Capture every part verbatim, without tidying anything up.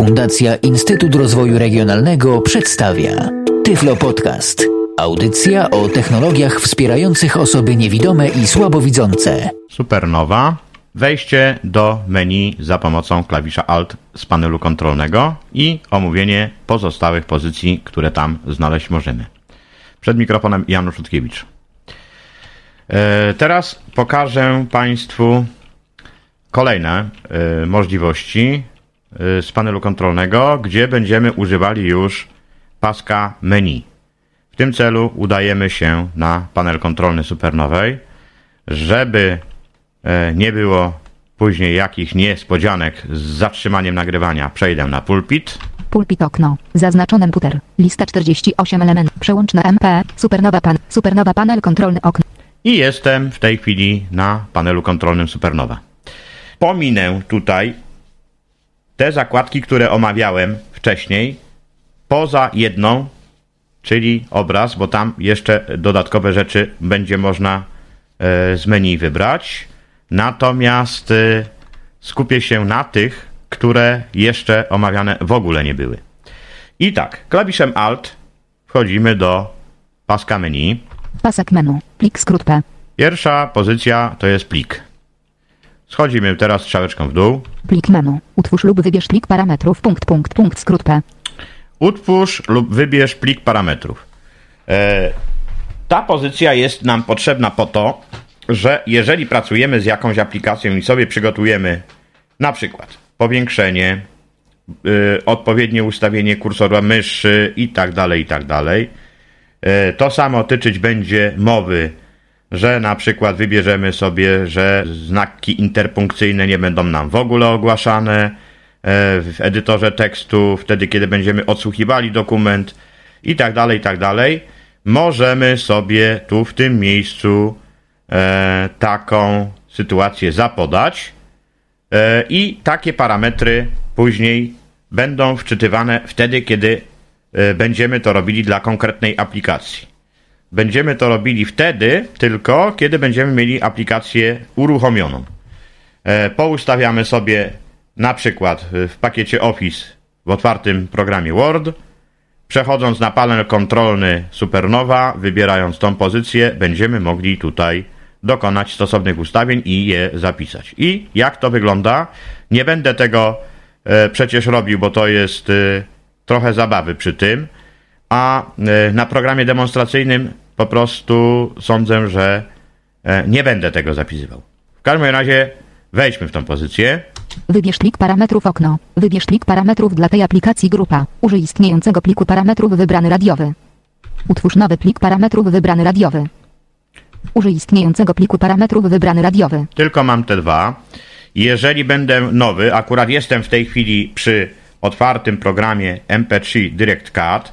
Fundacja Instytut Rozwoju Regionalnego przedstawia Tyflo Podcast. Audycja o technologiach wspierających osoby niewidome i słabowidzące. Supernowa. Wejście do menu za pomocą klawisza Alt z panelu kontrolnego i omówienie pozostałych pozycji, które tam znaleźć możemy. Przed mikrofonem Janusz Rutkiewicz. E, teraz pokażę Państwu kolejne e, możliwości e, z panelu kontrolnego, gdzie będziemy używali już paska menu. W tym celu udajemy się na panel kontrolny Supernowej, żeby e, nie było później jakichś niespodzianek z zatrzymaniem nagrywania. Przejdę na pulpit. Pulpit okno. Zaznaczone puter. Lista czterdzieści osiem elementów. Przełączne M P. Supernowa pan. Supernowa panel kontrolny okno. I jestem w tej chwili na panelu kontrolnym Supernowa. Pominę tutaj te zakładki, które omawiałem wcześniej, poza jedną, czyli obraz, bo tam jeszcze dodatkowe rzeczy będzie można e, z menu wybrać. Natomiast e, skupię się na tych, które jeszcze omawiane w ogóle nie były. I tak, klawiszem Alt wchodzimy do paska menu. Pasek menu. Plik skrót P. Pierwsza pozycja to jest plik. Schodzimy teraz strzałeczką w dół. Plik menu. Utwórz lub wybierz plik parametrów. Punkt, punkt, punkt, skrót P. Utwórz lub wybierz plik parametrów. E, ta pozycja jest nam potrzebna po to, że jeżeli pracujemy z jakąś aplikacją i sobie przygotujemy na przykład powiększenie, y, odpowiednie ustawienie kursora myszy i tak dalej, i tak dalej. Y, to samo tyczyć będzie mowy, że na przykład wybierzemy sobie, że znaki interpunkcyjne nie będą nam w ogóle ogłaszane y, w edytorze tekstu, wtedy kiedy będziemy odsłuchiwali dokument i tak dalej, i tak dalej. Możemy sobie tu w tym miejscu y, taką sytuację zapodać. I takie parametry później będą wczytywane wtedy, kiedy będziemy to robili dla konkretnej aplikacji. Będziemy to robili wtedy tylko, kiedy będziemy mieli aplikację uruchomioną. Poustawiamy sobie na przykład w pakiecie Office w otwartym programie Word. Przechodząc na panel kontrolny Supernowa, wybierając tą pozycję, będziemy mogli tutaj dokonać stosownych ustawień i je zapisać. I jak to wygląda? Nie będę tego e, przecież robił, bo to jest e, trochę zabawy przy tym, a e, na programie demonstracyjnym po prostu sądzę, że e, nie będę tego zapisywał. W każdym razie wejdźmy w tą pozycję. Wybierz plik parametrów okno. Wybierz plik parametrów dla tej aplikacji grupa. Użyj istniejącego pliku parametrów wybrany radiowy. Utwórz nowy plik parametrów wybrany radiowy. Użyj istniejącego pliku parametrów wybrany radiowy. Tylko mam te dwa. Jeżeli będę nowy, akurat jestem w tej chwili przy otwartym programie M P trzy Direct Cut,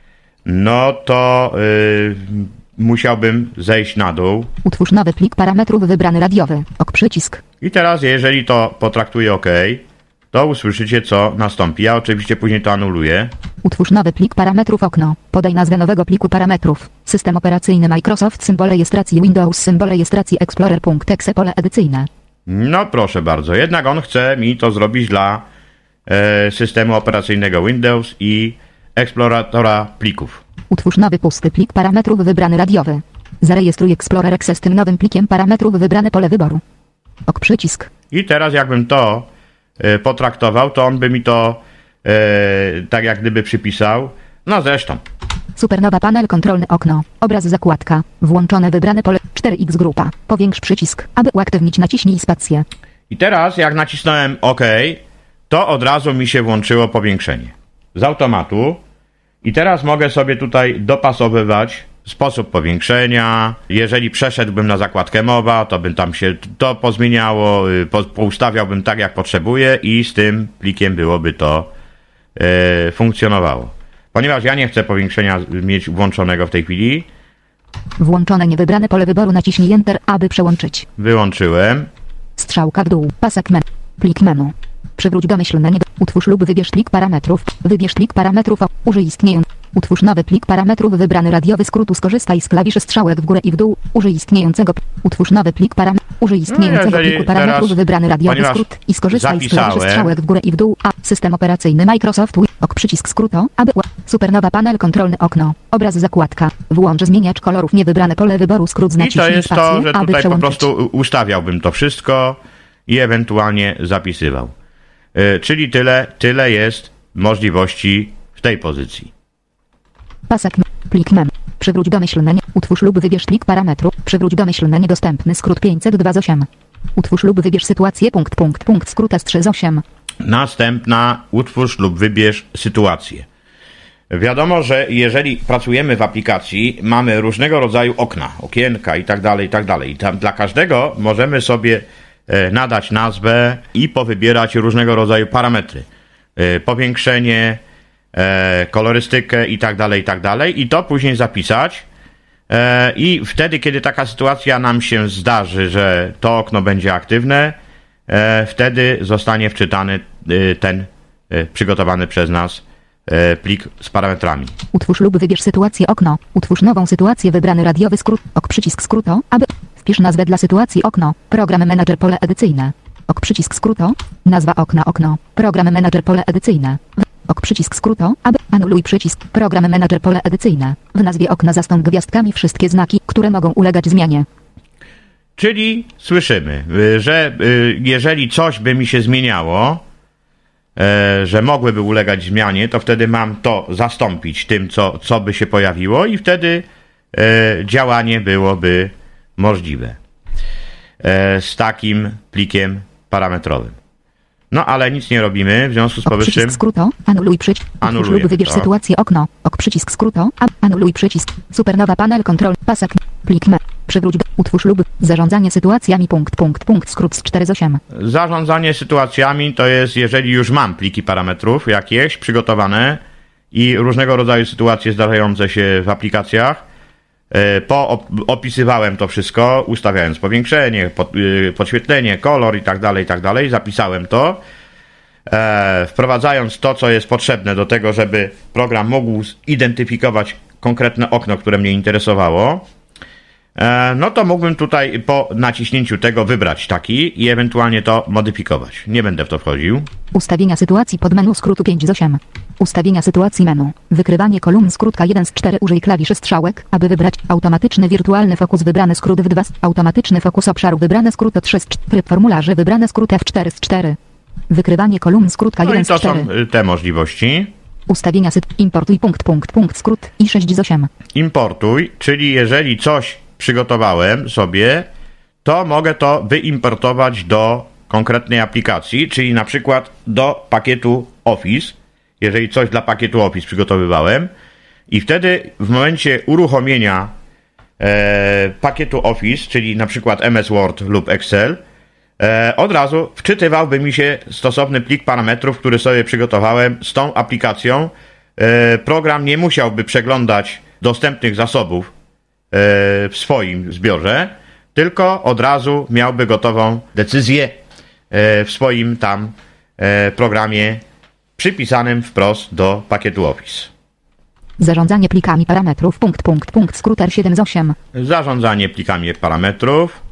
no to yy, musiałbym zejść na dół. Utwórz nowy plik parametrów wybrany radiowy. Ok przycisk. I teraz jeżeli to potraktuję OK, to usłyszycie co nastąpi. Ja oczywiście później to anuluję. Utwórz nowy plik parametrów okno. Podaj nazwę nowego pliku parametrów. System operacyjny Microsoft, symbol rejestracji Windows, symbol rejestracji Explorer.exe, pole edycyjne. No proszę bardzo, jednak on chce mi to zrobić dla e, systemu operacyjnego Windows i eksploratora plików. Utwórz nowy pusty plik parametrów wybrany radiowy. Zarejestruj Explorer Exe z tym nowym plikiem parametrów wybrane pole wyboru. Ok przycisk. I teraz jakbym to e, potraktował, to on by mi to e, tak jak gdyby przypisał. No zresztą. Supernowa panel kontrolny okno. Obraz zakładka. Włączone wybrane pole cztery X grupa. Powiększ przycisk. Aby uaktywnić naciśnij spację. I teraz jak nacisnąłem OK, to od razu mi się włączyło powiększenie. Z automatu. I teraz mogę sobie tutaj dopasowywać sposób powiększenia. Jeżeli przeszedłbym na zakładkę mowa, to bym tam się to pozmieniało, po, poustawiałbym tak jak potrzebuję i z tym plikiem byłoby to e, funkcjonowało. Ponieważ ja nie chcę powiększenia mieć włączonego w tej chwili. Włączone niewybrane pole wyboru naciśnij Enter, aby przełączyć. Wyłączyłem. Strzałka w dół. Pasek menu. Plik menu. Przywróć domyślne niebo. Utwórz lub wybierz plik parametrów. Wybierz plik parametrów. Użyj istniejącego. Utwórz nowy plik parametrów wybrany radiowy skrótu. Skorzystaj z klawiszy strzałek w górę i w dół. Użyj istniejącego. Utwórz nowy plik parametrów. Użyj istniejącego No, pliku parametrów wybrany radiowy skrót i skorzystaj z klawiszy strzałek w górę i w dół. A. System operacyjny Microsoft Windows. Ok przycisk skróto, aby Supernowa panel kontrolny okno. Obraz zakładka. Włącz zmieniacz kolorów. Niewybrane pole wyboru skrót z naciśnij I to jest spację, to, że aby tutaj przełączyć. po prostu ustawiałbym to wszystko i ewentualnie zapisywał. Yy, czyli tyle, tyle jest możliwości w tej pozycji. Pasek plik mem. Przywróć domyślne. Utwórz lub wybierz plik parametrów. Przywróć domyślne niedostępny skrót pięćset dwa z osiem. Utwórz lub wybierz sytuację punkt punkt punkt skrót S trzy z osiem. Następna utwórz lub wybierz sytuację. Wiadomo, że jeżeli pracujemy w aplikacji, mamy różnego rodzaju okna, okienka i tak dalej, i tak dalej. I tam dla każdego możemy sobie e, nadać nazwę i powybierać różnego rodzaju parametry. E, powiększenie, e, kolorystykę i tak dalej, i tak dalej. I to później zapisać. E, I wtedy, kiedy taka sytuacja nam się zdarzy, że to okno będzie aktywne, e, wtedy zostanie wczytany e, ten e, przygotowany przez nas e, plik z parametrami. Utwórz lub wybierz sytuację okno. Utwórz nową sytuację wybrany radiowy skrót. Ok przycisk skróto, aby wpisz nazwę dla sytuacji okno. Program Manager pole edycyjne. Ok przycisk skróto. Nazwa okna okno. Program Manager pole edycyjne. Ok przycisk skróto, aby anuluj przycisk. Program Manager pole edycyjne. W nazwie okna zastąp gwiazdkami wszystkie znaki, które mogą ulegać zmianie. Czyli słyszymy, y, że y, jeżeli coś by mi się zmieniało, e, że mogłyby ulegać zmianie, to wtedy mam to zastąpić tym, co, co by się pojawiło i wtedy e, działanie byłoby możliwe e, z takim plikiem parametrowym. No ale nic nie robimy, w związku z Ok powyższym... przycisk skróto, anuluj przycisk. Utwórz Anuluję lub wybierz to. sytuację okno. Ok przycisk skróto, a anuluj przycisk. Supernowa panel kontrol. Pasek. Plik me. Przywróć do. Utwórz lub zarządzanie sytuacjami punkt punkt punkt skrót z cztery z osiem. Zarządzanie sytuacjami to jest, jeżeli już mam pliki parametrów jakieś przygotowane i różnego rodzaju sytuacje zdarzające się w aplikacjach, e, po op- opisywałem to wszystko, ustawiając powiększenie, pod, y, podświetlenie, kolor i tak dalej, i tak dalej, zapisałem to, e, wprowadzając to, co jest potrzebne do tego, żeby program mógł zidentyfikować konkretne okno, które mnie interesowało. No to mógłbym tutaj po naciśnięciu tego wybrać taki i ewentualnie to modyfikować. Nie będę w to wchodził. Ustawienia sytuacji pod menu skrótu pięć z osiem. Ustawienia sytuacji menu. Wykrywanie kolumn skrótka jeden z czterech. Użyj klawiszy strzałek, aby wybrać automatyczny wirtualny fokus wybrany skrót w dwa. Automatyczny fokus obszaru wybrany skrót trzy z czterech. Tryb formularzy wybrany skrót F cztery z czterech. Wykrywanie kolumn skrótka No jeden i z to czterech. są te możliwości. Ustawienia sytuacji. Importuj punkt punkt punkt skrót i sześć z osiem. Importuj, czyli jeżeli coś przygotowałem sobie, to mogę to wyimportować do konkretnej aplikacji, czyli na przykład do pakietu Office, jeżeli coś dla pakietu Office przygotowywałem i wtedy w momencie uruchomienia e, pakietu Office, czyli na przykład M S Word lub Excel, e, od razu wczytywałby mi się stosowny plik parametrów, który sobie przygotowałem z tą aplikacją. E, program nie musiałby przeglądać dostępnych zasobów w swoim zbiorze, tylko od razu miałby gotową decyzję w swoim tam programie przypisanym wprost do pakietu Office. Zarządzanie plikami parametrów punkt punkt punkt skrót R siedem z osiem. Zarządzanie plikami parametrów.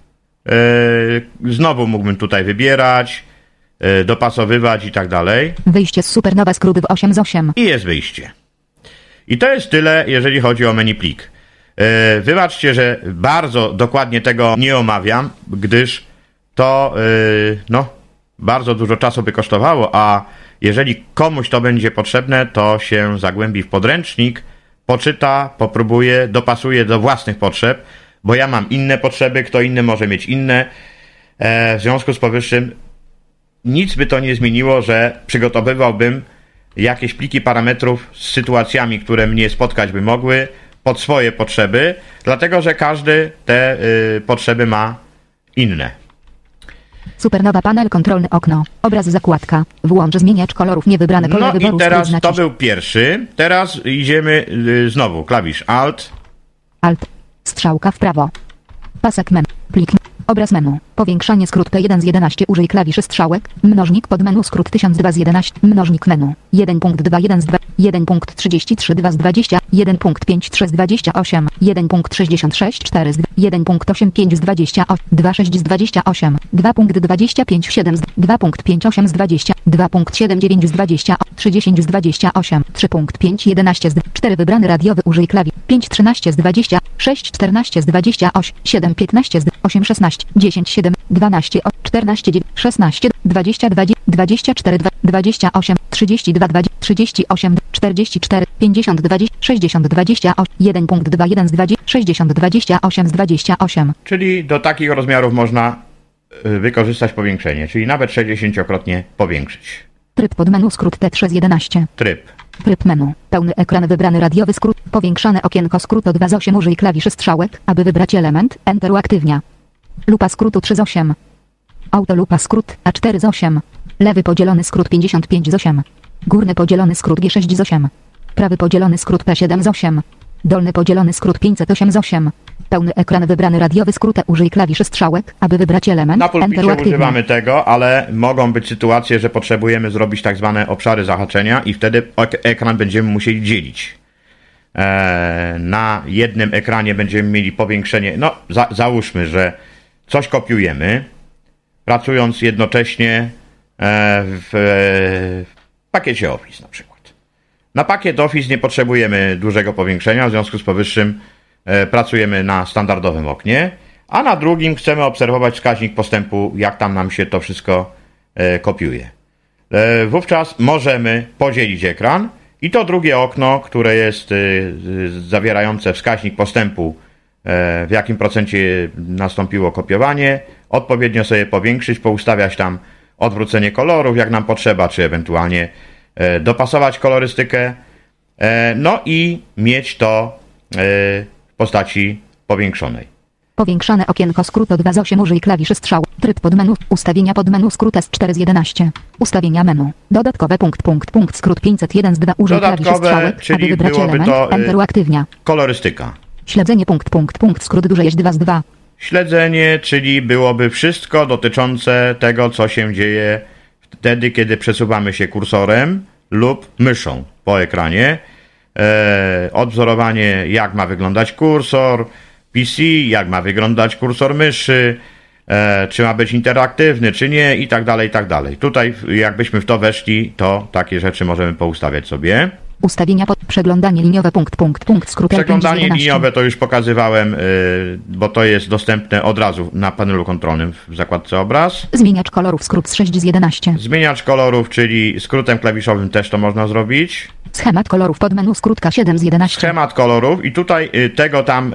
Znowu mógłbym tutaj wybierać, dopasowywać i tak dalej. Wyjście z Supernowa skrót w osiem z osiem. I jest wyjście. I to jest tyle, jeżeli chodzi o menu plik. Wybaczcie, że bardzo dokładnie tego nie omawiam, gdyż to no, bardzo dużo czasu by kosztowało, a jeżeli komuś to będzie potrzebne, to się zagłębi w podręcznik, poczyta, popróbuje, dopasuje do własnych potrzeb, bo ja mam inne potrzeby, kto inny może mieć inne. W związku z powyższym nic by to nie zmieniło, że przygotowywałbym jakieś pliki parametrów z sytuacjami, które mnie spotkać by mogły, pod swoje potrzeby, dlatego że każdy te y, potrzeby ma inne. Supernowa panel kontrolny okno. Obraz zakładka. Włącz zmieniacz kolorów niewybrane pole No wyboru. i teraz skrót to naciśnij. był pierwszy. Teraz idziemy y, znowu klawisz Alt. Alt. Strzałka w prawo. Pasek menu. Plik. Obraz menu. Powiększanie skrót P jeden z jedenaście. Użyj klawiszy strzałek. Mnożnik pod menu skrót tysiąc dwa z jedenaście. Mnożnik menu. jeden punkt dwa jeden z dwa. jeden punkt trzydzieści trzy dwa z dwadzieścia. jeden punkt pięć trzy z dwadzieścia osiem. jeden punkt sześćdziesiąt sześć cztery z jeden punkt osiem pięć z dwadzieścia osiem. dwa sześć z dwadzieścia osiem. dwa punkt dwadzieścia pięć siedem z dwa punkt pięć osiem z dwadzieścia. dwa punkt siedem dziewięć z dwadzieścia. trzy dziesięć z dwadzieścia osiem. trzy punkt pięć jedenaście z cztery wybrany radiowy. Użyj klawisz. pięć trzynaście z dwadzieścia. sześć czternaście z dwadzieścia osiem. siedem piętnaście z osiem szesnaście. dziesięć siedem. dwanaście czternaście dziewięć szesnaście dwadzieścia dwa dwadzieścia cztery dwadzieścia osiem trzydzieści dwa dwadzieścia trzydzieści osiem czterdzieści cztery pięćdziesiąt dwadzieścia sześćdziesiąt dwadzieścia osiem jeden punkt dwa jeden z dwadzieścia sześćdziesiąt dwadzieścia osiem z dwadzieścia osiem. Czyli do takich rozmiarów można wykorzystać powiększenie, czyli nawet sześćdziesięciokrotnie powiększyć. Tryb pod menu skrót T trzy z jedenaście. Tryb. Tryb menu. Pełny ekran wybrany radiowy skrót. Powiększane okienko skrótu dwa z osiem. Użyj klawiszy strzałek, aby wybrać element. Enter uaktywnia. Lupa skrótu trzy z osiem. Autolupa skrót A cztery z osiem. Lewy podzielony skrót pięćdziesiąt pięć z osiem. Górny podzielony skrót G sześć z osiem. Prawy podzielony skrót P siedem z osiem. Dolny podzielony skrót pięćset osiem z osiem. Pełny ekran wybrany radiowy skrót. Użyj klawiszy strzałek, aby wybrać element. Na pulpicie używamy tego, ale mogą być sytuacje, że potrzebujemy zrobić tak zwane obszary zahaczenia i wtedy ekran będziemy musieli dzielić. Eee, na jednym ekranie będziemy mieli powiększenie. No, za, załóżmy, że coś kopiujemy, pracując jednocześnie w, w pakiecie Office na przykład. Na pakiet Office nie potrzebujemy dużego powiększenia, w związku z powyższym e, pracujemy na standardowym oknie, a na drugim chcemy obserwować wskaźnik postępu, jak tam nam się to wszystko e, kopiuje. E, wówczas możemy podzielić ekran i to drugie okno, które jest e, zawierające wskaźnik postępu, e, w jakim procencie nastąpiło kopiowanie, odpowiednio sobie powiększyć, poustawiać tam odwrócenie kolorów, jak nam potrzeba, czy ewentualnie e, dopasować kolorystykę, e, no i mieć to e, w postaci powiększonej. Powiększane okienko skrót dwa z osiem. Użyj klawiszy strzał. Tryb pod menu. Ustawienia pod menu skrót S cztery z jedenaście. Ustawienia menu. Dodatkowe punkt, punkt, punkt, skrót pięćset jeden z dwa. Użyj klawiszy strzałek, aby wybrać element. To, Enter uaktywnia. Kolorystyka. Śledzenie punkt, punkt, punkt, skrót duże jest dwa z dwa. Śledzenie, czyli byłoby wszystko dotyczące tego, co się dzieje wtedy, kiedy przesuwamy się kursorem lub myszą po ekranie. E, odwzorowanie, jak ma wyglądać kursor P C, jak ma wyglądać kursor myszy, e, czy ma być interaktywny, czy nie, i tak dalej, i tak dalej. Tutaj, jakbyśmy w to weszli, to takie rzeczy możemy poustawiać sobie. Ustawienia pod przeglądanie liniowe punkt, punkt, punkt, skrót Przeglądanie liniowe to już pokazywałem, yy, bo to jest dostępne od razu na panelu kontrolnym w zakładce obraz. Zmieniacz kolorów skrót sześć z jedenaście. Zmieniacz kolorów, czyli skrótem klawiszowym też to można zrobić. Schemat kolorów pod menu skrót K siedem z jedenaście. Schemat kolorów i tutaj y, tego tam y,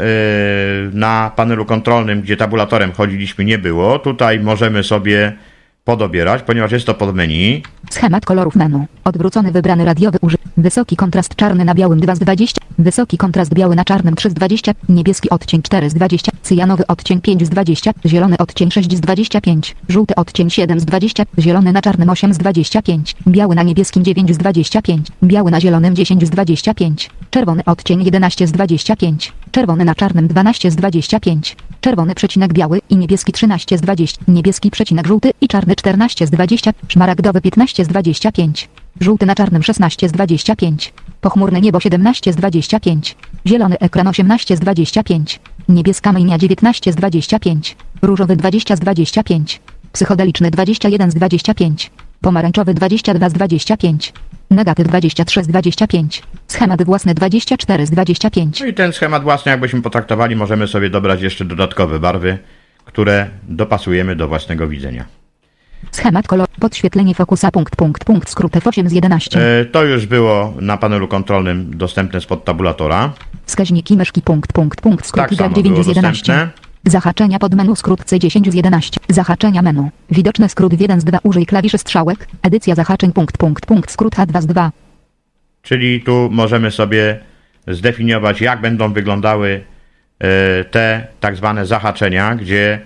na panelu kontrolnym, gdzie tabulatorem chodziliśmy, nie było. Tutaj możemy sobie podobierać, ponieważ jest to pod menu. Schemat kolorów menu. Odwrócony wybrany radiowy użyj. Wysoki kontrast czarny na białym dwa z dwadzieścia. Wysoki kontrast biały na czarnym trzy z dwadzieścia. Niebieski odcień cztery z dwadzieścia. Cyjanowy odcień pięć z dwadzieścia. Zielony odcień sześć z dwadzieścia pięć. Żółty odcień siedem z dwadzieścia. Zielony na czarnym osiem z dwadzieścia pięć. Biały na niebieskim dziewięć z dwadzieścia pięć. Biały na zielonym dziesięć z dwadzieścia pięć. Czerwony odcień jedenaście z dwadzieścia pięć. Czerwony na czarnym dwanaście z dwadzieścia pięć. Czerwony przecinek biały i niebieski trzynaście z dwadzieścia. Niebieski przecinek żółty i czarny czternaście z dwadzieścia. Szmaragdowy piętnaście z dwadzieścia pięć. Żółty na czarnym szesnaście z dwadzieścia pięć. Pochmurne niebo siedemnaście z dwadzieścia pięć. Zielony ekran osiemnaście z dwadzieścia pięć. Niebieska myjnia dziewiętnaście z dwadzieścia pięć. Różowy dwadzieścia z dwadzieścia pięć. Psychodeliczny dwadzieścia jeden z dwadzieścia pięć. Pomarańczowy dwadzieścia dwa z dwadzieścia pięć. Negatyw dwadzieścia trzy z dwadzieścia pięć. Schemat własny dwadzieścia cztery z dwadzieścia pięć. No i ten schemat własny, jakbyśmy potraktowali, możemy sobie dobrać jeszcze dodatkowe barwy, które dopasujemy do własnego widzenia. Schemat kolor, podświetlenie fokusa, punkt, punkt, punkt, skrót F osiem z jedenaście. E, to już było na panelu kontrolnym dostępne spod tabulatora. Wskaźniki myszki, punkt, punkt, punkt, skrót Tak Y dziewięć z jedenaście. dostępne. Zahaczenia pod menu skrót C dziesięć z jedenaście. Zahaczenia menu. Widoczny skrót jeden z dwa. Użyj klawiszy strzałek. Edycja zahaczeń, punkt, punkt, punkt, skrót H dwa z dwa. Czyli tu możemy sobie zdefiniować, jak będą wyglądały e, te tak zwane zahaczenia, gdzie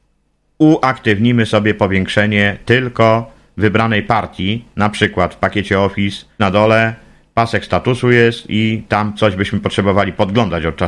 uaktywnimy sobie powiększenie tylko wybranej partii, na przykład w pakiecie Office na dole pasek statusu jest i tam coś byśmy potrzebowali podglądać od czasu do czasu. E, ustawilibyśmy sobie tam odpowiednie powiększenie, barwy, e, no i wtedy, wtedy sobie to powiększenie, powiększenie, powiększenie, powiększenie, powiększenie, powiększenie, powiększenie, powiększenie, powiększenie, powiększenie, powiększenie, powiększenie, powiększenie,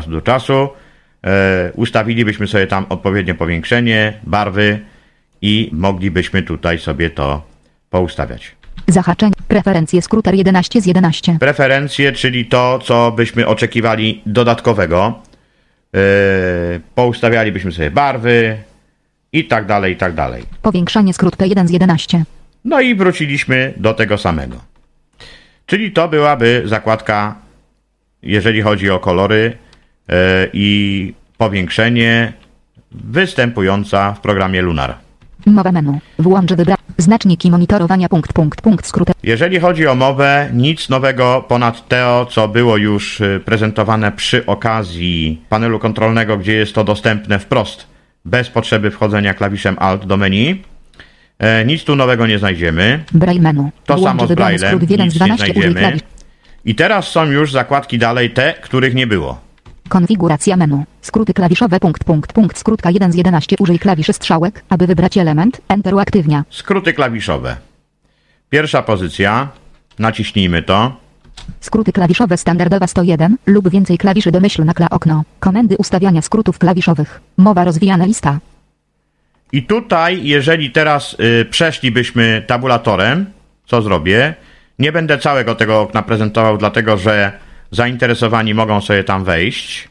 i moglibyśmy tutaj sobie to poustawiać. Zahaczenie. Preferencje skróter jedenaście z jedenaście. Preferencje, czyli to, co byśmy oczekiwali dodatkowego. Yy, poustawialibyśmy sobie barwy i tak dalej, i tak dalej. Powiększanie skrót P jeden z jedenaście. No i wróciliśmy do tego samego. Czyli to byłaby zakładka, jeżeli chodzi o kolory yy, i powiększenie występująca w programie Lunar. Mowa menu. Włącz wybrać znaczniki monitorowania punkt, punkt, punkt skrót. Jeżeli chodzi o mowę, nic nowego ponad to, co było już prezentowane przy okazji panelu kontrolnego, gdzie jest to dostępne wprost, bez potrzeby wchodzenia klawiszem Alt do menu. E, nic tu nowego nie znajdziemy. Braille menu. To Włącz samo z wybrany Braillem, skrót jeden z nic nie dwanaście. Użyj znajdziemy. klawisz. I teraz są już zakładki dalej te, których nie było. Konfiguracja menu. Skróty klawiszowe punkt, punkt, punkt skrótka jeden z jedenaście. Użyj klawiszy strzałek, aby wybrać element. Enter uaktywnia. Skróty klawiszowe. Pierwsza pozycja. Naciśnijmy to. Skróty klawiszowe standardowa sto jeden lub więcej klawiszy domyślna kla okno. Komendy ustawiania skrótów klawiszowych. Mowa rozwijana lista. I tutaj, jeżeli teraz y, przeszlibyśmy tabulatorem, co zrobię? Nie będę całego tego okna prezentował, dlatego że zainteresowani mogą sobie tam wejść,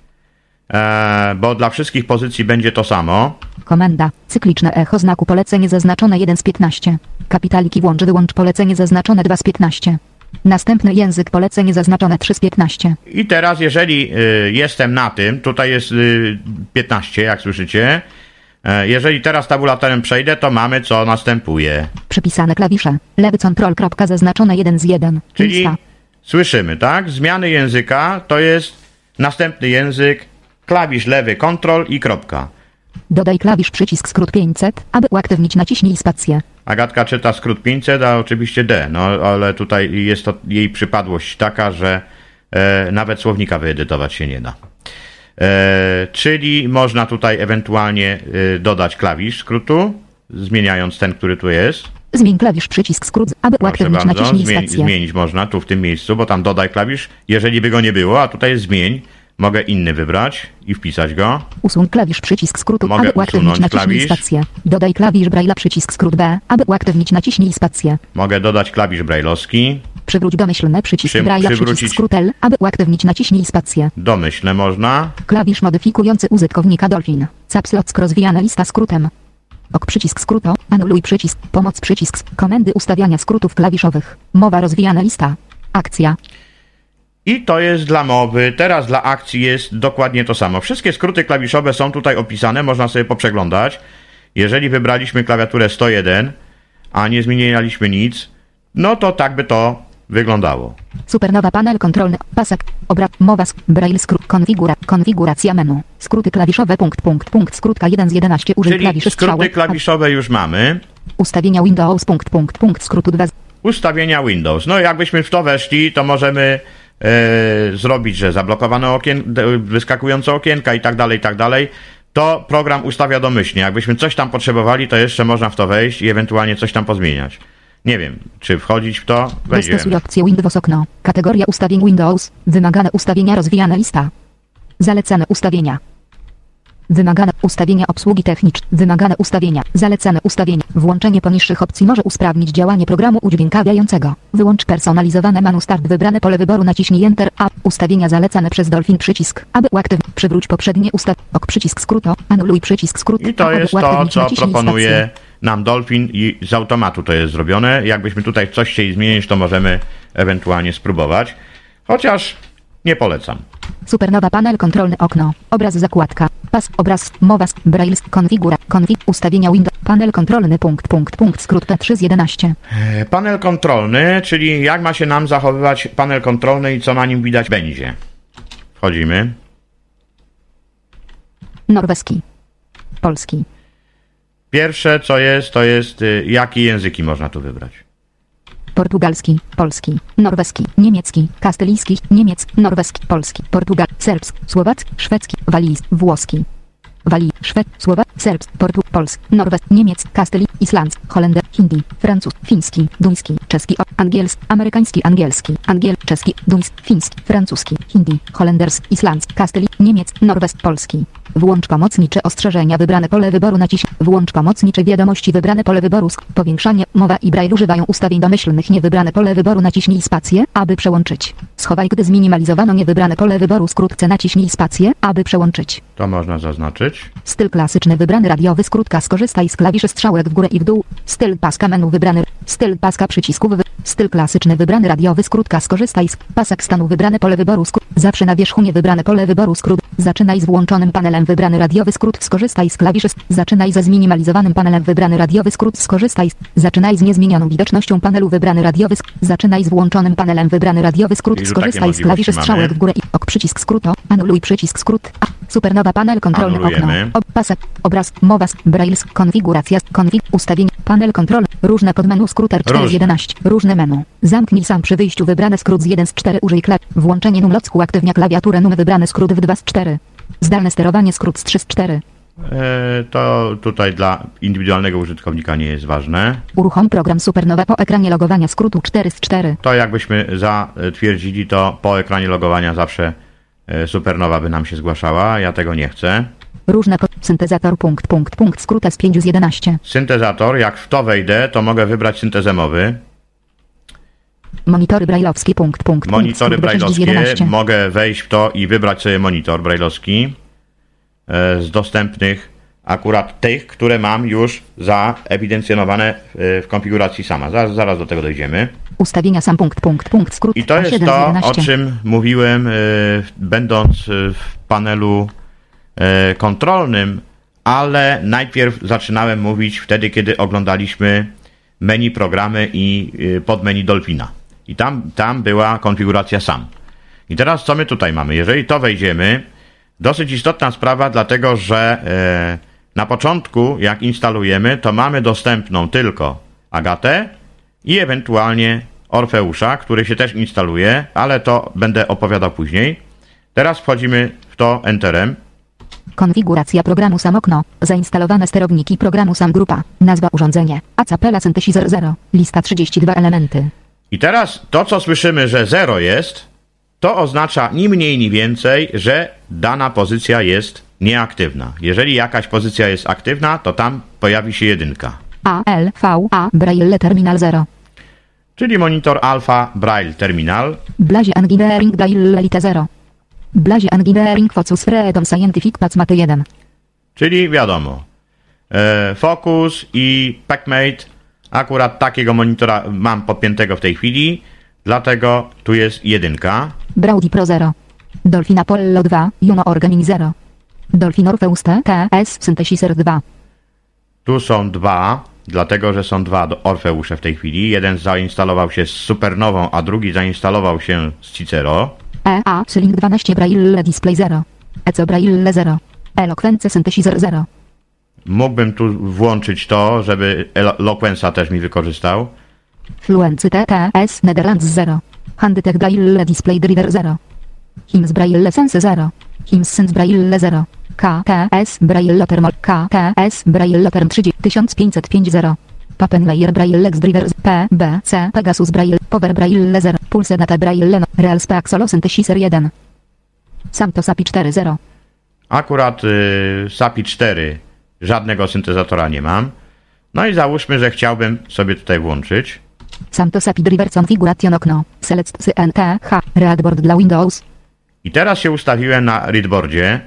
e, bo dla wszystkich pozycji będzie to samo. Komenda. Cykliczne echo znaku polecenie zaznaczone jeden z piętnaście. Kapitaliki włącz wyłącz polecenie zaznaczone dwa z piętnaście. Następny język polecenie zaznaczone trzy z piętnaście. I teraz, jeżeli y, jestem na tym, tutaj jest y, piętnaście, jak słyszycie. E, jeżeli teraz tabulatorem przejdę, to mamy, co następuje. Przypisane klawisze. Lewy control kropka zaznaczone jeden z jeden. Czyli Lista. słyszymy, tak? Zmiany języka to jest następny język, klawisz lewy Ctrl i kropka. Dodaj klawisz przycisk skrót pięćset, aby uaktywnić naciśnij spację. Agatka czyta skrót pięćset, a oczywiście D, no ale tutaj jest to jej przypadłość taka, że e, nawet słownika wyedytować się nie da. E, czyli można tutaj ewentualnie e, dodać klawisz skrótu, zmieniając ten, który tu jest. Zmień klawisz przycisk skrót, aby Proszę uaktywnić bardzo, naciśnij zmień, spację. zmienić można tu w tym miejscu, bo tam dodaj klawisz, jeżeli by go nie było, a tutaj jest zmień. Mogę inny wybrać i wpisać go. Usuń klawisz przycisk skrótu, Mogę aby uaktywnić usunąć naciśnij klawisz. spację. Dodaj klawisz Braille'a przycisk skrót B, aby uaktywnić naciśnij spację. Mogę dodać klawisz brajlowski. Przywróć domyślny przycisk Przy- Braille'a przywrócić- przycisk skrót L, aby uaktywnić naciśnij spację. Domyślne można. Klawisz modyfikujący użytkownika Dolphin. Capslock rozwijana lista skrótem. Ok przycisk skrót O, anuluj przycisk, pomoc przycisk, komendy ustawiania skrótów klawiszowych. Mowa rozwijana lista. Akcja. I to jest dla mowy. Teraz dla akcji jest dokładnie to samo. Wszystkie skróty klawiszowe są tutaj opisane, można sobie poprzeglądać. Jeżeli wybraliśmy klawiaturę sto jeden, a nie zmienialiśmy nic, no to tak by to wyglądało. Supernowa panel kontrolny, pasek, obraz, mowa, sk- braille skrót, konfigura, konfiguracja menu, skróty klawiszowe, punkt, punkt, punkt, skrótka jeden z jedenaście, użyj Czyli klawiszy skróty strzałek, klawiszowe już mamy. ustawienia Windows, punkt, punkt, punkt, skrótu dwa, Ustawienia Windows. No jakbyśmy w to weszli, to możemy e, zrobić, że zablokowane okien, de- wyskakujące okienka i tak dalej, i tak dalej. To program ustawia domyślnie. Jakbyśmy coś tam potrzebowali, to jeszcze można w to wejść i ewentualnie coś tam pozmieniać. Nie wiem, czy wchodzić w to? Wejdziemy. dostosuj opcję Windows okno, kategoria ustawień Windows, wymagane ustawienia rozwijana lista, zalecane ustawienia. Wymagane ustawienia obsługi technicznej. Wymagane ustawienia. Zalecane ustawienia. Włączenie poniższych opcji może usprawnić działanie programu udźwiękawiającego. Wyłącz personalizowane menu start. Wybrane pole wyboru naciśnij Enter. A. Ustawienia zalecane przez Dolphin przycisk. Aby uaktywnić. Przywróć poprzednie ustaw. Ok przycisk skrót. O. Anuluj przycisk skrót. I to aby jest to, uaktywnić, co naciśnij proponuje spację. nam Dolphin i z automatu to jest zrobione. Jakbyśmy tutaj coś chcieli zmienić, to możemy ewentualnie spróbować. Chociaż nie polecam. Supernowa panel kontrolny okno. Obraz zakładka. Pas obraz mowa braille konfigura konfig ustawienia Windows panel kontrolny punkt punkt punkt skrót P trzy z jedenaście. Panel kontrolny, czyli jak ma się nam zachowywać panel kontrolny i co na nim widać będzie. Wchodzimy. Norweski. Polski. Pierwsze co jest, to jest y, jakie języki można tu wybrać. Portugalski, polski, norweski, niemiecki, kastylijski, niemiecki, norweski, polski, portugal, serbski, słowacki, szwedzki, walijski, włoski. Walii, Szwed, Słowak, Serbs, Portu, Polsk, Norwes, Niemiec, Kastylii, Islands, Holender, Hindi, Francuz, fiński, duński, czeski, o, angielski, amerykański, angielski, angiel, czeski, duński, fiński, francuski, hindi, holenders, Islands, Kastylii, Niemiec, Norwes, polski. Włącz pomocnicze ostrzeżenia, wybrane pole wyboru naciśnij. Włącz pomocnicze wiadomości, wybrane pole wyboru. Sk- powiększanie, mowa i braille używają ustawień domyślnych. Niewybrane pole wyboru naciśnij spację, aby przełączyć. Schowaj, gdy zminimalizowano niewybrane pole wyboru. Skrótce naciśnij spację, aby przełączyć. To można zaznaczyć. Styl klasyczny wybrany radiowy. Skrótka skorzystaj z klawiszy strzałek w górę i w dół. Styl paska menu wybrany. Styl paska przycisków. Wy- styl klasyczny wybrany radiowy. Skrótka skorzystaj z pasek stanu wybrane pole wyboru. Skr- zawsze na wierzchu niewybrane pole wyboru. Skrót. Zaczynaj z włączonym panelem wybrany radiowy skrót. Skorzystaj z klawiszy. Zaczynaj ze zminimalizowanym panelem wybrany radiowy skrót. Skorzystaj z. Zaczynaj z niezmienioną widocznością panelu wybrany radiowy. Sk- zaczynaj z włączonym panelem wybrany radiowy skrót. I tu Skorzystaj z takie klawiszy możliwości strzałek mamy. w górę i ok przycisk skrót. O, anuluj przycisk skrót. A, supernowa panel kontrolny okno. Anulujemy. Ob, pasek. Obraz. Mowa. Braille. Konfiguracja. Konfig. Ustawień. Panel kontrolny. Różne podmenu skrót R cztery z Różne. jedenaście. Różne menu. Zamknij sam przy wyjściu wybrane skrót z jeden z cztery. Użyj klaw. Włączenie numlocku uaktywnia klawiaturę num wybrane skrót w dwa z cztery. Zdalne sterowanie skrót z trzy z cztery. E, to tutaj dla indywidualnego użytkownika nie jest ważne. Uruchom program Supernowa po ekranie logowania skrótu cztery z cztery. To jakbyśmy zatwierdzili, to po ekranie logowania zawsze e, Supernowa by nam się zgłaszała. Ja tego nie chcę. Różne po... syntezator punkt punkt punkt skrót z pięć z jedenaście. Syntezator, jak w to wejdę, to mogę wybrać syntezę mowy. Monitory brajlowskie punkt punkt Monitory punkt, skrót brajlowskie, sześć z jedenaście. mogę wejść w to i wybrać sobie monitor brajlowski e, z dostępnych akurat tych, które mam już zaewidencjonowane w, w konfiguracji sama. Zaraz, zaraz do tego dojdziemy. Ustawienia sam punkt punkt punkt skrót I to jest siedem z to, o jedenaście. czym mówiłem, e, będąc e, w panelu e, kontrolnym, ale najpierw zaczynałem mówić wtedy, kiedy oglądaliśmy menu programy i e, podmenu Dolphina. I tam, tam była konfiguracja sam. I teraz co my tutaj mamy? Jeżeli to wejdziemy, dosyć istotna sprawa, dlatego że e, na początku, jak instalujemy, to mamy dostępną tylko Agatę i ewentualnie Orfeusza, który się też instaluje, ale to będę opowiadał później. Teraz wchodzimy w to Enterem. Konfiguracja programu sam okno. Zainstalowane sterowniki programu sam grupa. Nazwa urządzenie. Acapella Synthesizer zero. Lista trzydzieści dwa elementy. I teraz to, co słyszymy, że zero jest, to oznacza ni mniej, ni więcej, że dana pozycja jest nieaktywna. Jeżeli jakaś pozycja jest aktywna, to tam pojawi się jedynka. A L V A Braille Terminal zero. Czyli monitor Alpha Braille Terminal. Blazie Engineering Braille Elite zero. Blazie Engineering Focus Freedom Scientific Pacmaty jeden. Czyli wiadomo, e, Focus i PacMate, akurat takiego monitora mam podpiętego w tej chwili, dlatego tu jest jedynka. Braudi Pro zero. Dolphin Apollo dwa, Juno Organin zero. Dolphin Orpheus T T S Synthesizer dwa. Tu są dwa, dlatego że są dwa do Orfeusze w tej chwili. Jeden zainstalował się z Supernową, a drugi zainstalował się z Cicero. E A Link dwanaście Braille Display zero. Eco Braille zero. Eloquence Synthesizer zero. Mógłbym tu włączyć to, żeby Eloquence'a też mi wykorzystał. Fluency T T S Netherlands zero. Handtech Braille Display Driver zero. Hims Braille Sense zero. Hims Sense Braille zero. K T S Braille Termol K T S Braille Term tysiąc pięćset pięć zero. Papen Layer Braille X Driver P B C Pegasus Braille Power Braille zero. Pulse Data Braille no. Real Speak Solo Synthesizer jeden. Samto S A P I cztery zero. Akurat y, S A P I cztery żadnego syntezatora nie mam. No i załóżmy, że chciałbym sobie tutaj włączyć. Samto S A P I Driver Configuration okno. Select C N T H. Readboard dla Windows. I teraz się ustawiłem na readboardzie,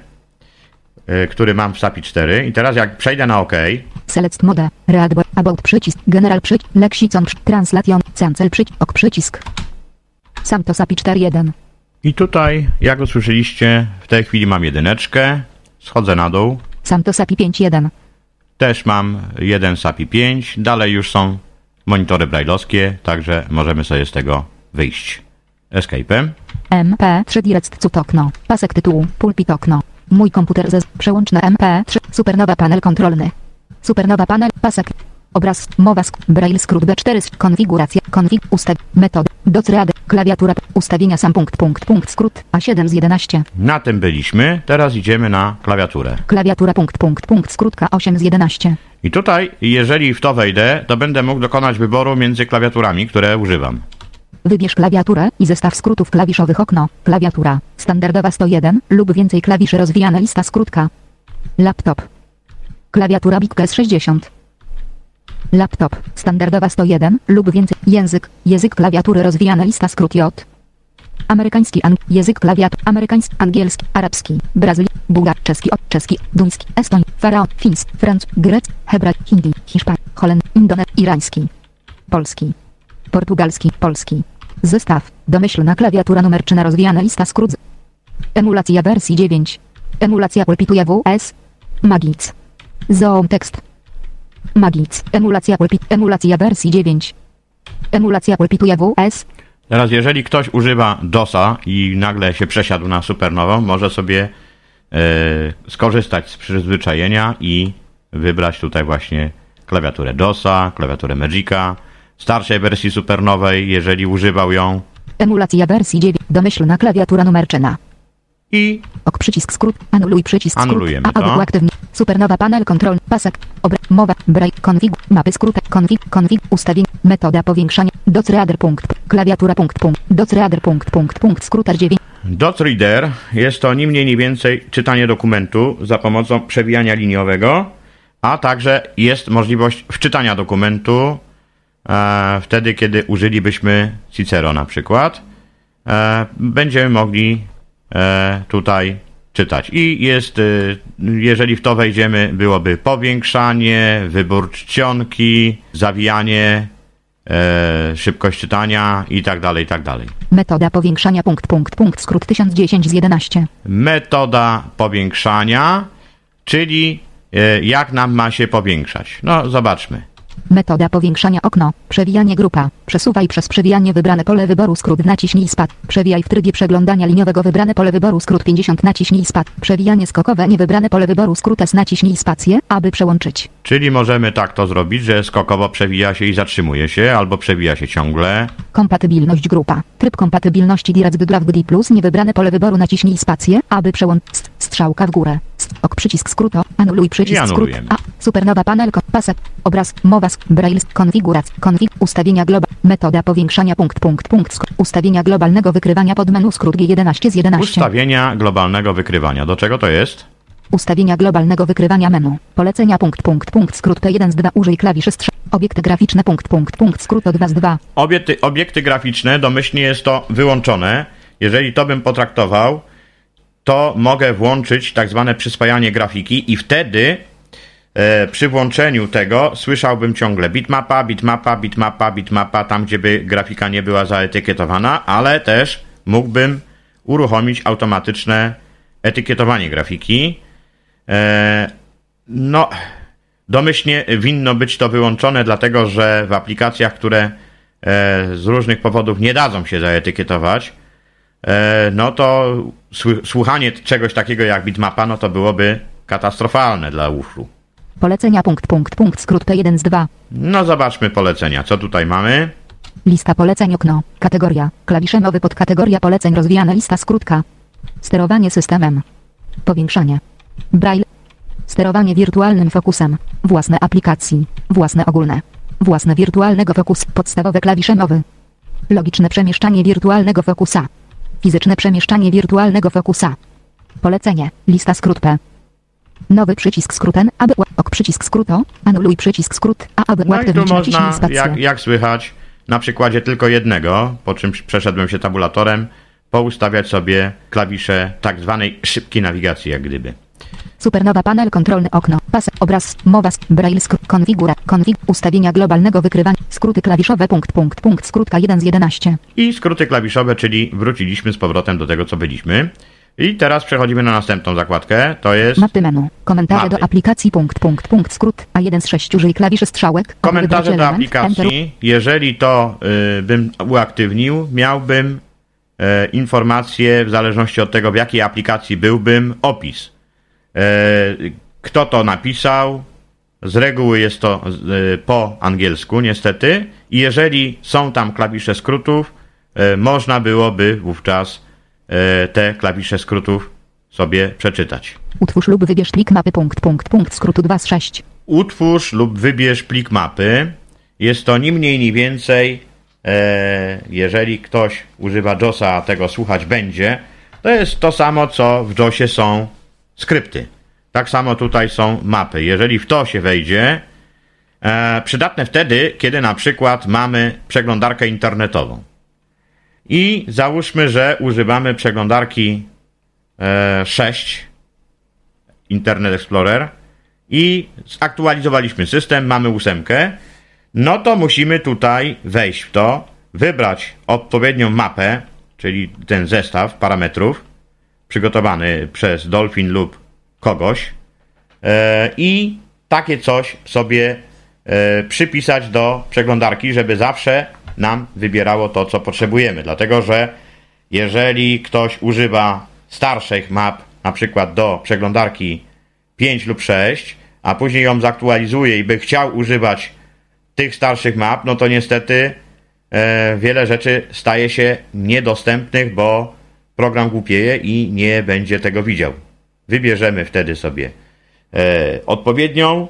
y, który mam w S A P I cztery. I teraz jak przejdę na OK, Select Mode. Readboard. About przycisk. General przycisk. Lexicon. Translation. Cancel przycisk. Ok przycisk. Samto S A P I cztery jeden. i tutaj, jak usłyszeliście, w tej chwili mam jedyneczkę. Schodzę na dół. Samto S A P I pięć jeden. Też mam jeden S A P I pięć. Dalej już są monitory brajlowskie, także możemy sobie z tego wyjść. Escape'em. M P trzy Direct Cut okno. Pasek tytułu. Pulpit okno. Mój komputer ze przełączne M P trzy. Supernowa panel kontrolny. Supernowa panel. Pasek. obraz, mowa, sk- braille, skrót B cztery, konfiguracja, konfig, ustaw, metoda, doc reader, klawiatura, ustawienia sam, punkt, punkt, punkt, skrót, A siedem z jedenaście. Na tym byliśmy, teraz idziemy na klawiaturę. Klawiatura, punkt, punkt, punkt, skrót K osiem z jedenaście. I tutaj, jeżeli w to wejdę, to będę mógł dokonać wyboru między klawiaturami, które używam. Wybierz klawiaturę i zestaw skrótów klawiszowych okno, klawiatura, standardowa sto jeden lub więcej klawiszy rozwijane lista skrótka. Laptop. Klawiatura Big S sześćdziesiąt. Laptop, standardowa sto jeden lub więcej, język, język klawiatury rozwijane lista skrót J. Amerykański, ang- język klawiatur, amerykański, angielski, arabski, brazyli, bułgar, czeski, od, czeski, duński, estoń, farao, fins, franc, grec, hebraj, hindi, hiszpan, holend, indone, irański, polski, portugalski, polski. Zestaw, domyślna klawiatura numerczyna rozwijana lista skrót. Emulacja wersji dziewięć. Emulacja pulpitu W S. Magic. Zoom tekst. Magic. Emulacja pulpit. Emulacja wersji dziewięć. Emulacja pulpitu W S. Teraz jeżeli ktoś używa dosa i nagle się przesiadł na supernową, może sobie e, skorzystać z przyzwyczajenia i wybrać tutaj właśnie klawiaturę dosa, klawiaturę Magica, starszej wersji supernowej, jeżeli używał ją. Emulacja wersji dziewięć. Domyślna klawiatura numerczyna. I Ok przycisk skrót. Anuluj przycisk skrót. Anulujemy A to. aktywni. Supernowa panel kontrolny. Pasek. Obra. Mowa. Braj. Konfig. Mapy skrót. Konfig. Konfig. Ustawień. Metoda powiększania. Doc reader punkt. Klawiatura punkt punkt. Doc reader punkt punkt punkt. Skrót R dziewięć. Dot Reader jest to ni mniej ni więcej czytanie dokumentu za pomocą przewijania liniowego, a także jest możliwość wczytania dokumentu e, wtedy, kiedy użylibyśmy Cicero na przykład. E, będziemy mogli e, tutaj czytać. I jest, e, jeżeli w to wejdziemy, byłoby powiększanie, wybór czcionki, zawijanie, e, szybkość czytania i tak dalej, i tak dalej. Metoda powiększania punkt punkt punkt. Skrót tysiąc dziesięć z jedenaście. Metoda powiększania, czyli e, jak nam ma się powiększać. No, zobaczmy. Metoda powiększania okno. Przewijanie grupa. Przesuwaj przez przewijanie wybrane pole wyboru skrót naciśnij spad. Przewijaj w trybie przeglądania liniowego wybrane pole wyboru skrót pięćdziesiąt naciśnij spad. Przewijanie skokowe niewybrane pole wyboru skrót S naciśnij spację, aby przełączyć. Czyli możemy tak to zrobić, że skokowo przewija się i zatrzymuje się, albo przewija się ciągle. Kompatybilność grupa. Tryb kompatybilności Direct Drive G D plus niewybrane pole wyboru naciśnij spację, aby przełączyć. Strzałka w górę. Ok przycisk skrót o. Anuluj przycisk I skrót. anulujemy. A. Supernowa panel. ko- Pasek. Obraz. Mowa. sk- Braille. Konfiguracja. Konfig. Ustawienia global. Metoda powiększania punkt punkt punkt. sk- Ustawienia globalnego wykrywania podmenu skrót G jedenaście z jedenaście. Ustawienia globalnego wykrywania. Do czego to jest? Ustawienia globalnego wykrywania menu. Polecenia punkt punkt punkt. Skrót P jeden z dwa. Użyj klawiszy strzał. Obiekty graficzne punkt punkt punkt. Skrót O dwa z dwa. Obiekty, obiekty graficzne, domyślnie jest to wyłączone. Jeżeli to bym potraktował, to mogę włączyć tak zwane przyswajanie grafiki i wtedy e, przy włączeniu tego słyszałbym ciągle bitmapa, bitmapa, bitmapa, bitmapa, tam gdzie by grafika nie była zaetykietowana, ale też mógłbym uruchomić automatyczne etykietowanie grafiki. E, no, domyślnie winno być to wyłączone, dlatego że w aplikacjach, które e, z różnych powodów nie dadzą się zaetykietować, e, no to sły- słuchanie czegoś takiego jak bitmapa, no to byłoby katastrofalne dla uszu. Polecenia punkt punkt punkt. Skrót P jeden z dwa. No zobaczmy polecenia. Co tutaj mamy? Lista poleceń okno. Kategoria. Klawisze mowy podkategoria poleceń rozwijana lista skrótka. Sterowanie systemem. Powiększanie. Braille. Sterowanie wirtualnym fokusem. Własne aplikacji. Własne ogólne. Własne wirtualnego fokus. Podstawowe klawisze mowy. Logiczne przemieszczanie wirtualnego fokusa. Fizyczne przemieszczanie wirtualnego fokusa. Polecenie. Lista skrót P. Nowy przycisk skrót N, aby ok przycisk skrót O. Anuluj przycisk skrót A, aby No i tu uaktywnić można, naciśnij spację. jak, jak słychać, na przykładzie tylko jednego, po czym przeszedłem się tabulatorem, poustawiać sobie klawisze tak zwanej szybkiej nawigacji, jak gdyby. Supernowa panel kontrolny okno. Pasek. Obraz. Mowa. sk- Braille. Skrót. Konfigura. Konfig. Ustawienia globalnego wykrywania. Skróty klawiszowe. Punkt. Punkt. Punkt. Skrót K jeden z jedenaście. I skróty klawiszowe, czyli wróciliśmy z powrotem do tego, co byliśmy. I teraz przechodzimy na następną zakładkę, to jest Mapy menu. Komentarze Mapy. do aplikacji. Punkt. Punkt. Punkt. Skrót A jeden z sześciu. Użyj klawiszy strzałek. aby komentarze wybrać do element. Enter. aplikacji. Jeżeli to y, bym uaktywnił, miałbym y, informacje, w zależności od tego, w jakiej aplikacji byłbym, opis. Y, kto to napisał, Z reguły jest to po angielsku niestety i jeżeli są tam klawisze skrótów, można byłoby wówczas te klawisze skrótów sobie przeczytać. Utwórz lub wybierz plik mapy punkt, punkt, punkt skrótu dwa z sześć. Utwórz lub wybierz plik mapy. Jest to ni mniej, ni więcej, e, jeżeli ktoś używa JOSa, a tego słuchać będzie, to jest to samo, co w JOSie są skrypty. Tak samo tutaj są mapy. Jeżeli w to się wejdzie, e, przydatne wtedy, kiedy na przykład mamy przeglądarkę internetową. I załóżmy, że używamy przeglądarki e, sześć, Internet Explorer, i zaktualizowaliśmy system, mamy ósemkę, no to musimy tutaj wejść w to, wybrać odpowiednią mapę, czyli ten zestaw parametrów przygotowany przez Dolphin lub kogoś e, i takie coś sobie e, przypisać do przeglądarki, żeby zawsze nam wybierało to, co potrzebujemy. Dlatego, że jeżeli ktoś używa starszych map, na przykład do przeglądarki pięć lub sześć, a później ją zaktualizuje i by chciał używać tych starszych map, no to niestety e, wiele rzeczy staje się niedostępnych, bo program głupieje i nie będzie tego widział. Wybierzemy wtedy sobie e, odpowiednią,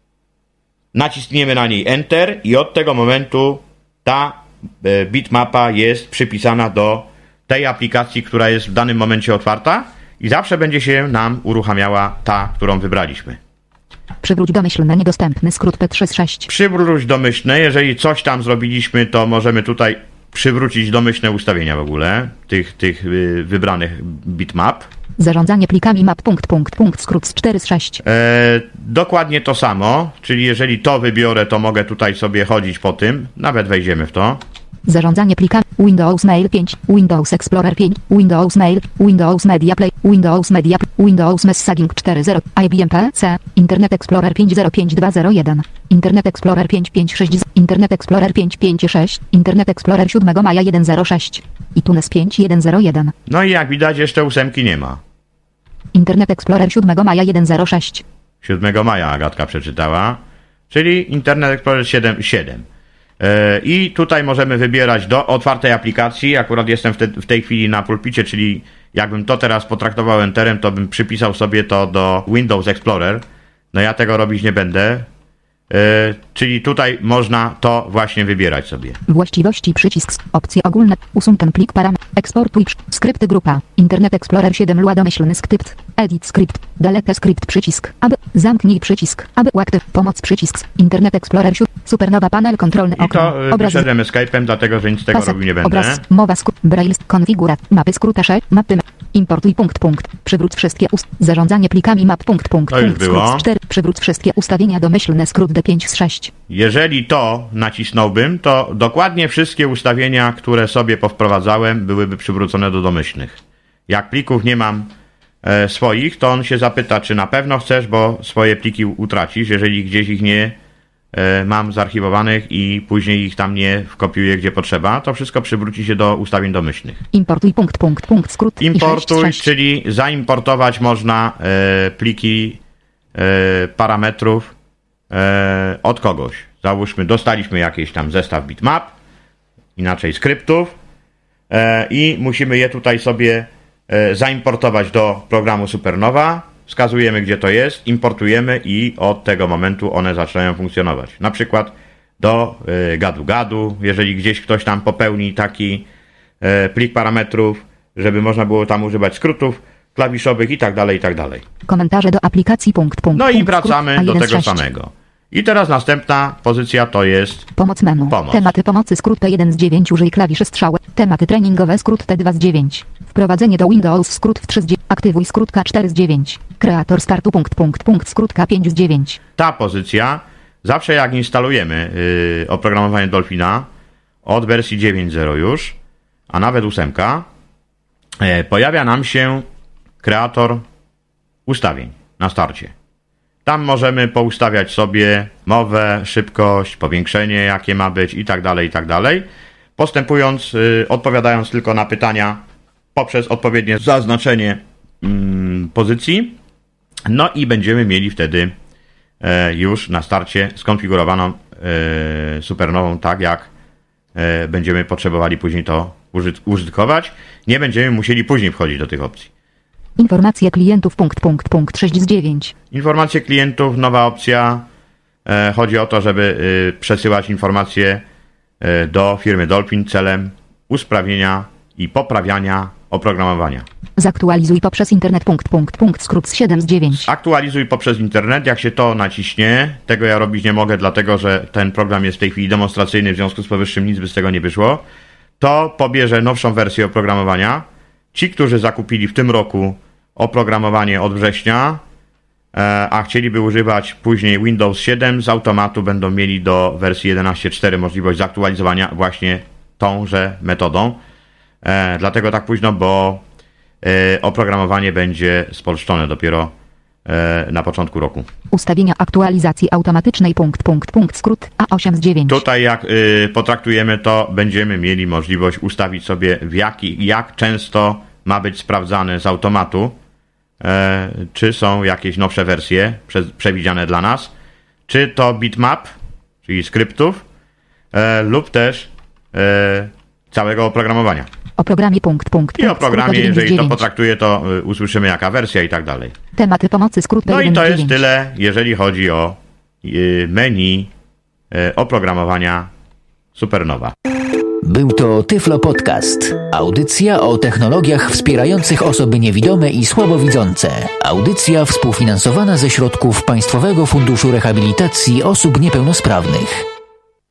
naciśniemy na niej Enter i od tego momentu ta e, bitmapa jest przypisana do tej aplikacji, która jest w danym momencie otwarta i zawsze będzie się nam uruchamiała ta, którą wybraliśmy. Przywróć domyślny niedostępny skrót P trzy z sześć. Przywróć domyślne. Jeżeli coś tam zrobiliśmy, to możemy tutaj przywrócić domyślne ustawienia w ogóle tych, tych yy, wybranych bitmap. Zarządzanie plikami map punkt, punkt, punkt skrót z cztery z sześć. E, dokładnie to samo, czyli jeżeli to wybiorę, to mogę tutaj sobie chodzić po tym. Nawet wejdziemy w to. Zarządzanie plikami Windows Mail pięć, Windows Explorer pięć, Windows Mail, Windows Media Play, Windows Media, Windows Messaging cztery zero, I B M P C, Internet Explorer pięć zero pięć dwa zero jeden, Internet Explorer pięć pięć sześć, Internet Explorer pięć pięć sześć, Internet Explorer siódmego maja jeden zero sześć, iTunes pięć jeden zero jeden. No i jak widać, jeszcze ósemki nie ma. Internet Explorer siódmego maja jeden zero sześć. siódmego maja Agatka przeczytała, czyli Internet Explorer siedem siedem. I tutaj możemy wybierać do otwartej aplikacji. Akurat jestem w, te, w tej chwili na pulpicie, czyli jakbym to teraz potraktował enterem, to bym przypisał sobie to do Windows Explorer. No ja tego robić nie będę. Yy, czyli tutaj można to właśnie wybierać sobie. Właściwości przycisk, opcje ogólne, usuń ten plik parametr, eksportuj, skrypty grupa, Internet Explorer siedem lua domyślny skrypt, edit skrypt, delete skrypt przycisk, aby, zamknij przycisk, aby uaktyw, pomoc przycisk, Internet Explorer siedem, supernowa panel kontrolny okno, I to yy, obraz, wyszedłem Skype'em, dlatego że nic z tego pasek, robił nie będę. obraz, mowa skrót, braille, konfigurat, mapy skróta sześć, mapy, importuj punkt, punkt, przywróć wszystkie ust, zarządzanie plikami map punkt, punkt, To już punkt, było. skrót cztery, przywróć wszystkie ustawienia domyślne skrót D pięć z sześć. Jeżeli to nacisnąłbym, to dokładnie wszystkie ustawienia, które sobie powprowadzałem, byłyby przywrócone do domyślnych. Jak plików nie mam e, swoich, to on się zapyta, czy na pewno chcesz, bo swoje pliki utracisz, jeżeli gdzieś ich nie e, mam zarchiwowanych i później ich tam nie wkopiuję, gdzie potrzeba, to wszystko przywróci się do ustawień domyślnych. Importuj punkt, punkt, punkt, skrót Importuj, i sześć, sześć. czyli zaimportować można e, pliki e, parametrów e, od kogoś. Załóżmy, dostaliśmy jakiś tam zestaw bitmap, inaczej skryptów e, i musimy je tutaj sobie e, zaimportować do programu Supernowa. Wskazujemy, gdzie to jest, importujemy i od tego momentu one zaczynają funkcjonować. Na przykład do e, gadu-gadu, jeżeli gdzieś ktoś tam popełni taki e, plik parametrów, żeby można było tam używać skrótów klawiszowych i tak dalej, i tak dalej. Komentarze do aplikacji punkt, punkt, No i punkt, wracamy skrót, do A jeden tego z sześć. samego. I teraz następna pozycja to jest Pomoc menu. Pomoc. Tematy pomocy skrót P jeden z dziewięć. Użyj klawiszy strzałek. Tematy treningowe skrót T dwa z dziewięć. Wprowadzenie do Windows skrót w trzy z dziewięć. Aktywuj skrót K cztery z dziewięć. Kreator startu punkt, punkt, punkt skrót K pięć z dziewięć. ta pozycja. Zawsze jak instalujemy yy, oprogramowanie Dolphina od wersji dziewięć zero już, a nawet ósemka, yy, pojawia nam się kreator ustawień na starcie. Tam możemy poustawiać sobie mowę, szybkość, powiększenie, jakie ma być i tak dalej, i tak dalej. Postępując, yy, odpowiadając tylko na pytania poprzez odpowiednie zaznaczenie yy, pozycji. No i będziemy mieli wtedy już na starcie skonfigurowaną Supernową tak, jak będziemy potrzebowali później to użytkować. Nie będziemy musieli później wchodzić do tych opcji. Informacje klientów, punkt, punkt, punkt sześćdziesiąt dziewięć. Informacje klientów, nowa opcja. Chodzi o to, żeby przesyłać informacje do firmy Dolphin celem usprawnienia i poprawiania oprogramowania. Zaktualizuj poprzez internet, punkt, punkt, punkt, skrót z siedem z dziewięć. Aktualizuj poprzez internet. Jak się to naciśnie, tego ja robić nie mogę, dlatego że ten program jest w tej chwili demonstracyjny, w związku z powyższym nic by z tego nie wyszło. To pobierze nowszą wersję oprogramowania. Ci, którzy zakupili w tym roku oprogramowanie od września, a chcieliby używać później Windows siedem, z automatu będą mieli do wersji jedenaście cztery możliwość zaktualizowania właśnie tąże metodą. E, dlatego tak późno, bo e, oprogramowanie będzie spolszczone dopiero e, na początku roku. Ustawienia aktualizacji automatycznej, punkt, punkt, punkt, skrót A osiem z dziewięć. Tutaj jak y, potraktujemy to, będziemy mieli możliwość ustawić sobie w jaki, jak często ma być sprawdzane z automatu, e, czy są jakieś nowsze wersje prze, przewidziane dla nas, czy to bitmap, czyli skryptów, e, lub też e, całego oprogramowania. O programie, punkt, punkt, I o programie, jeżeli to potraktuje, to y, usłyszymy jaka wersja i tak dalej. Tematy pomocy, skrót No i to jest tyle, jeżeli chodzi o y, menu y, oprogramowania Supernowa. Był to Tyflo Podcast. Audycja o technologiach wspierających osoby niewidome i słabowidzące. Audycja współfinansowana ze środków Państwowego Funduszu Rehabilitacji Osób Niepełnosprawnych.